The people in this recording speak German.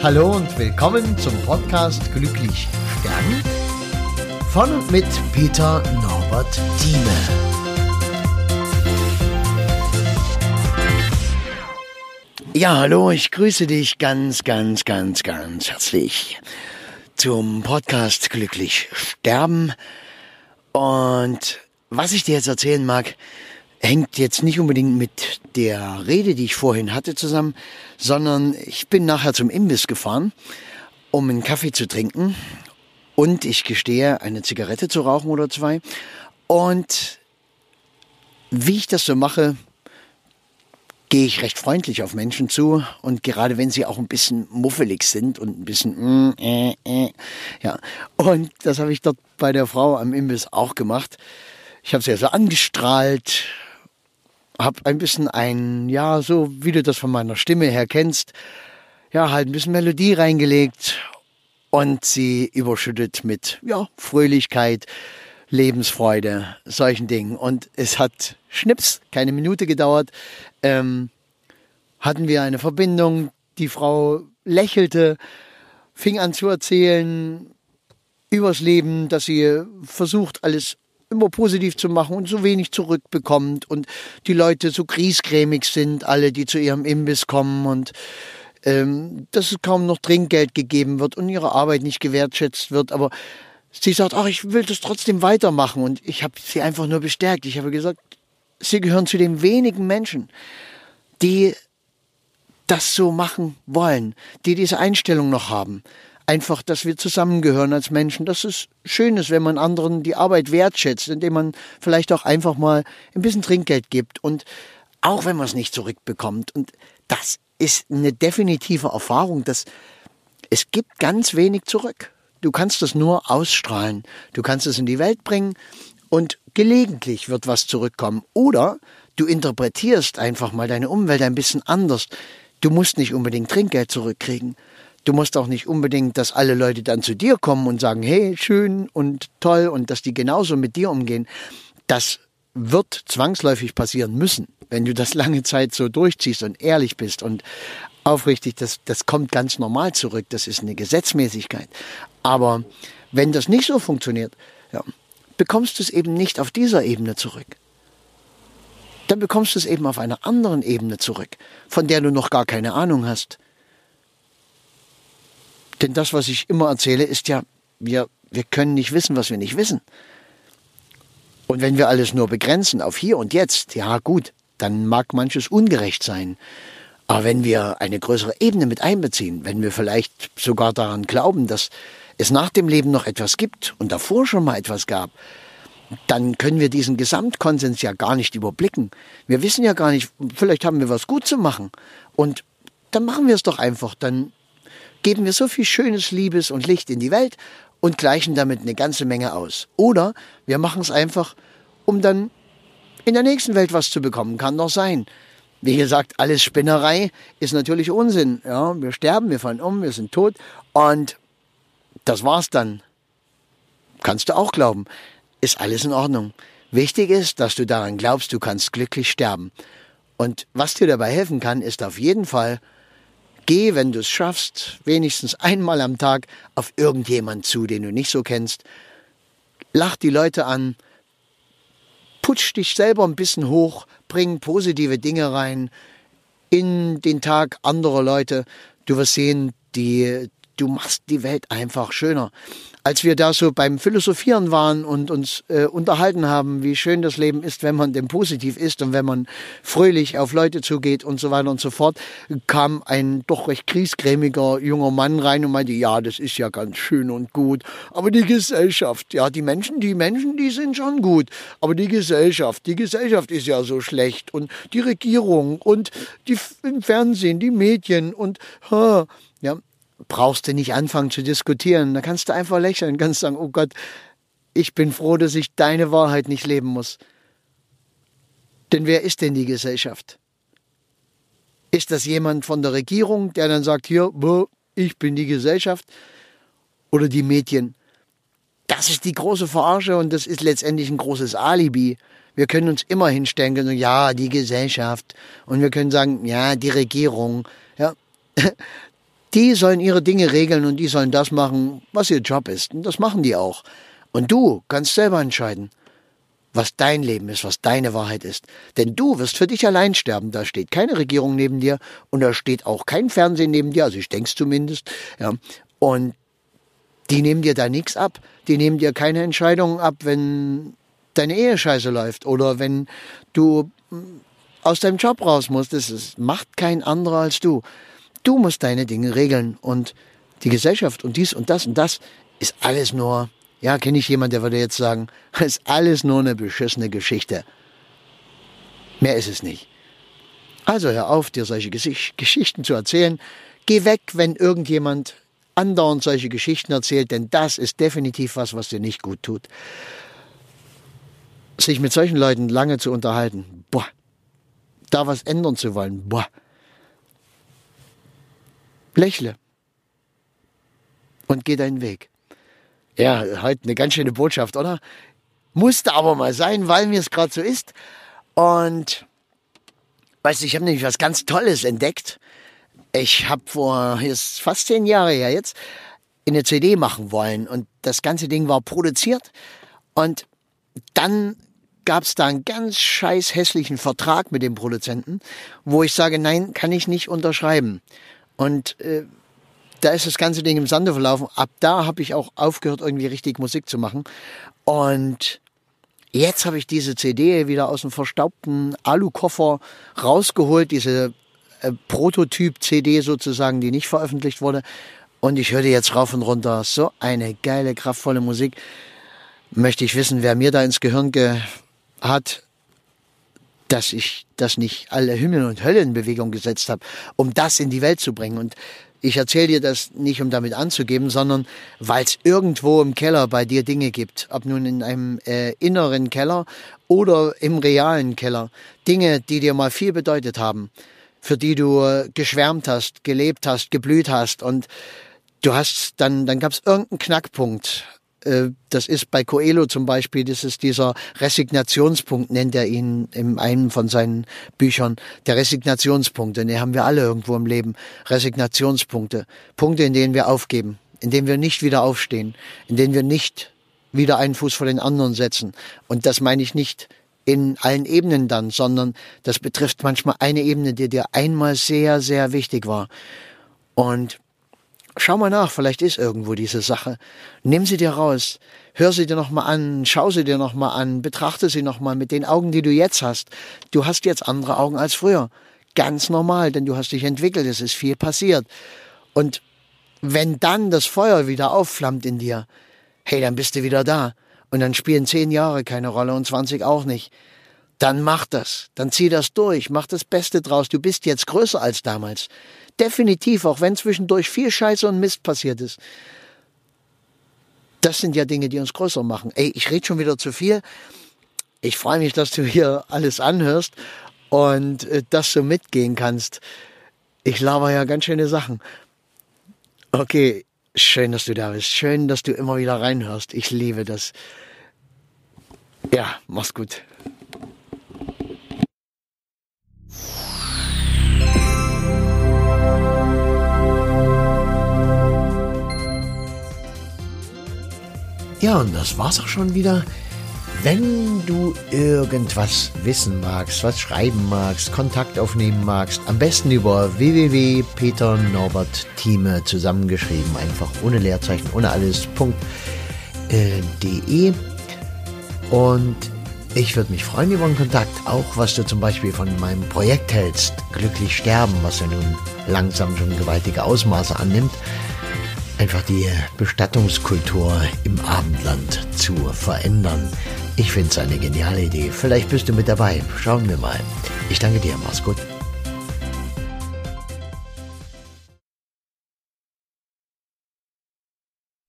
Hallo und willkommen zum Podcast Glücklich Sterben von und mit Peter Norbert Thieme. Ja, hallo, ich grüße dich ganz herzlich zum Podcast Glücklich Sterben. Und was ich dir jetzt erzählen mag, hängt jetzt nicht unbedingt mit der Rede, die ich vorhin hatte, zusammen, sondern ich bin nachher zum Imbiss gefahren, um einen Kaffee zu trinken und ich gestehe, eine Zigarette zu rauchen oder zwei. Und wie ich das so mache, gehe ich recht freundlich auf Menschen zu und gerade wenn sie auch ein bisschen muffelig sind und ein bisschen ja. Und das habe ich dort bei der Frau am Imbiss auch gemacht. Ich habe sie also angestrahlt, habe ein bisschen so wie du das von meiner Stimme her kennst, ja, halt ein bisschen Melodie reingelegt und sie überschüttet mit, Fröhlichkeit, Lebensfreude, solchen Dingen. Und es hat schnips, keine Minute gedauert, hatten wir eine Verbindung, die Frau lächelte, fing an zu erzählen übers Leben, dass sie versucht, alles immer positiv zu machen und so wenig zurückbekommt und die Leute so griesgrämig sind, alle, die zu ihrem Imbiss kommen und dass es kaum noch Trinkgeld gegeben wird und ihre Arbeit nicht gewertschätzt wird, aber sie sagt, ich will das trotzdem weitermachen und ich habe sie einfach nur bestärkt. Ich habe gesagt, sie gehören zu den wenigen Menschen, die das so machen wollen, die diese Einstellung noch haben. Einfach, dass wir zusammengehören als Menschen, dass es schön ist, wenn man anderen die Arbeit wertschätzt, indem man vielleicht auch einfach mal ein bisschen Trinkgeld gibt und auch wenn man es nicht zurückbekommt. Und das ist eine definitive Erfahrung, dass es gibt ganz wenig zurück. Du kannst es nur ausstrahlen, du kannst es in die Welt bringen und gelegentlich wird was zurückkommen. Oder du interpretierst einfach mal deine Umwelt ein bisschen anders. Du musst nicht unbedingt Trinkgeld zurückkriegen. Du musst auch nicht unbedingt, dass alle Leute dann zu dir kommen und sagen, hey, schön und toll und dass die genauso mit dir umgehen. Das wird zwangsläufig passieren müssen, wenn du das lange Zeit so durchziehst und ehrlich bist und aufrichtig, das kommt ganz normal zurück, das ist eine Gesetzmäßigkeit. Aber wenn das nicht so funktioniert, bekommst du es eben nicht auf dieser Ebene zurück. Dann bekommst du es eben auf einer anderen Ebene zurück, von der du noch gar keine Ahnung hast. Denn das, was ich immer erzähle, ist ja, wir können nicht wissen, was wir nicht wissen. Und wenn wir alles nur begrenzen auf hier und jetzt, ja gut, dann mag manches ungerecht sein. Aber wenn wir eine größere Ebene mit einbeziehen, wenn wir vielleicht sogar daran glauben, dass es nach dem Leben noch etwas gibt und davor schon mal etwas gab, dann können wir diesen Gesamtkonsens ja gar nicht überblicken. Wir wissen ja gar nicht, vielleicht haben wir was gut zu machen. Und dann machen wir es doch einfach, dann geben wir so viel schönes Liebes und Licht in die Welt und gleichen damit eine ganze Menge aus. Oder wir machen es einfach, um dann in der nächsten Welt was zu bekommen. Kann doch sein. Wie gesagt, alles Spinnerei ist natürlich Unsinn. Ja, wir sterben, wir fallen um, wir sind tot und das war's dann. Kannst du auch glauben. Ist alles in Ordnung. Wichtig ist, dass du daran glaubst, du kannst glücklich sterben. Und was dir dabei helfen kann, ist auf jeden Fall, geh, wenn du es schaffst, wenigstens einmal am Tag auf irgendjemand zu, den du nicht so kennst. Lach die Leute an, putsch dich selber ein bisschen hoch, bring positive Dinge rein in den Tag anderer Leute. Du wirst sehen, du machst die Welt einfach schöner. Als wir da so beim Philosophieren waren und uns unterhalten haben, wie schön das Leben ist, wenn man denn positiv ist und wenn man fröhlich auf Leute zugeht und so weiter und so fort, kam ein doch recht griesgrämiger junger Mann rein und meinte, ja, das ist ja ganz schön und gut, aber die Gesellschaft, ja, die Menschen, die sind schon gut, aber die Gesellschaft ist ja so schlecht und die Regierung und die im Fernsehen, die Medien und, brauchst du nicht anfangen zu diskutieren. Da kannst du einfach lächeln, kannst sagen, oh Gott, ich bin froh, dass ich deine Wahrheit nicht leben muss. Denn wer ist denn die Gesellschaft? Ist das jemand von der Regierung, der dann sagt, hier, ich bin die Gesellschaft? Oder die Medien? Das ist die große Verarsche und das ist letztendlich ein großes Alibi. Wir können uns immer hinstellen und sagen, ja, die Gesellschaft. Und wir können sagen, ja, die Regierung. Ja. Die sollen ihre Dinge regeln und die sollen das machen, was ihr Job ist. Und das machen die auch. Und du kannst selber entscheiden, was dein Leben ist, was deine Wahrheit ist. Denn du wirst für dich allein sterben. Da steht keine Regierung neben dir und da steht auch kein Fernsehen neben dir, also ich denke es zumindest. Ja. Und die nehmen dir da nichts ab. Die nehmen dir keine Entscheidungen ab, wenn deine Ehe scheiße läuft oder wenn du aus deinem Job raus musst. Das macht kein anderer als du. Du musst deine Dinge regeln und die Gesellschaft und dies und das ist alles nur, ja, kenne ich jemanden, der würde jetzt sagen, ist alles nur eine beschissene Geschichte. Mehr ist es nicht. Also hör auf, dir solche Geschichten zu erzählen. Geh weg, wenn irgendjemand andauernd solche Geschichten erzählt, denn das ist definitiv was dir nicht gut tut. Sich mit solchen Leuten lange zu unterhalten, boah, da was ändern zu wollen, boah. Lächle und geh deinen Weg. Ja, heute eine ganz schöne Botschaft, oder? Musste aber mal sein, weil mir es gerade so ist. Und weißt du, ich habe nämlich was ganz Tolles entdeckt. Ich habe ist fast 10 Jahre her jetzt, eine CD machen wollen. Und das ganze Ding war produziert. Und dann gab es da einen ganz scheiß hässlichen Vertrag mit dem Produzenten, wo ich sage, nein, kann ich nicht unterschreiben. Und da ist das ganze Ding im Sande verlaufen. Ab da habe ich auch aufgehört, irgendwie richtig Musik zu machen. Und jetzt habe ich diese CD wieder aus dem verstaubten Alukoffer rausgeholt, diese Prototyp-CD sozusagen, die nicht veröffentlicht wurde. Und ich höre die jetzt rauf und runter. So eine geile, kraftvolle Musik. Möchte ich wissen, wer mir da ins Gehirn hat, dass ich das nicht alle Himmel und Hölle in Bewegung gesetzt habe, um das in die Welt zu bringen. Und ich erzähle dir das nicht, um damit anzugeben, sondern weil es irgendwo im Keller bei dir Dinge gibt, ob nun in einem inneren Keller oder im realen Keller. Dinge, die dir mal viel bedeutet haben, für die du geschwärmt hast, gelebt hast, geblüht hast. Und du hast dann gab es irgendeinen Knackpunkt. Das ist bei Coelho zum Beispiel, das ist dieser Resignationspunkt, nennt er ihn in einem von seinen Büchern, der Resignationspunkt. Und den haben wir alle irgendwo im Leben. Resignationspunkte. Punkte, in denen wir aufgeben, in denen wir nicht wieder aufstehen, in denen wir nicht wieder einen Fuß vor den anderen setzen. Und das meine ich nicht in allen Ebenen dann, sondern das betrifft manchmal eine Ebene, die dir einmal sehr, sehr wichtig war. Und schau mal nach, vielleicht ist irgendwo diese Sache. Nimm sie dir raus, hör sie dir nochmal an, schau sie dir nochmal an, betrachte sie nochmal mit den Augen, die du jetzt hast. Du hast jetzt andere Augen als früher. Ganz normal, denn du hast dich entwickelt, es ist viel passiert. Und wenn dann das Feuer wieder aufflammt in dir, hey, dann bist du wieder da. Und dann spielen 10 Jahre keine Rolle und 20 auch nicht. Dann mach das, dann zieh das durch, mach das Beste draus. Du bist jetzt größer als damals. Definitiv, auch wenn zwischendurch viel Scheiße und Mist passiert ist. Das sind ja Dinge, die uns größer machen. Ey, ich rede schon wieder zu viel. Ich freue mich, dass du hier alles anhörst und das so mitgehen kannst. Ich laber ja ganz schöne Sachen. Okay, schön, dass du da bist. Schön, dass du immer wieder reinhörst. Ich liebe das. Ja, mach's gut. Ja, und das war's auch schon wieder. Wenn du irgendwas wissen magst, was schreiben magst, Kontakt aufnehmen magst, am besten über www.peternorbertthieme zusammengeschrieben, einfach ohne Leerzeichen, ohne alles.de. Und ich würde mich freuen über einen Kontakt, auch was du zum Beispiel von meinem Projekt hältst, Glücklich sterben, was ja nun langsam schon gewaltige Ausmaße annimmt. Einfach die Bestattungskultur im Abendland zu verändern. Ich finde es eine geniale Idee. Vielleicht bist du mit dabei. Schauen wir mal. Ich danke dir. Mach's gut.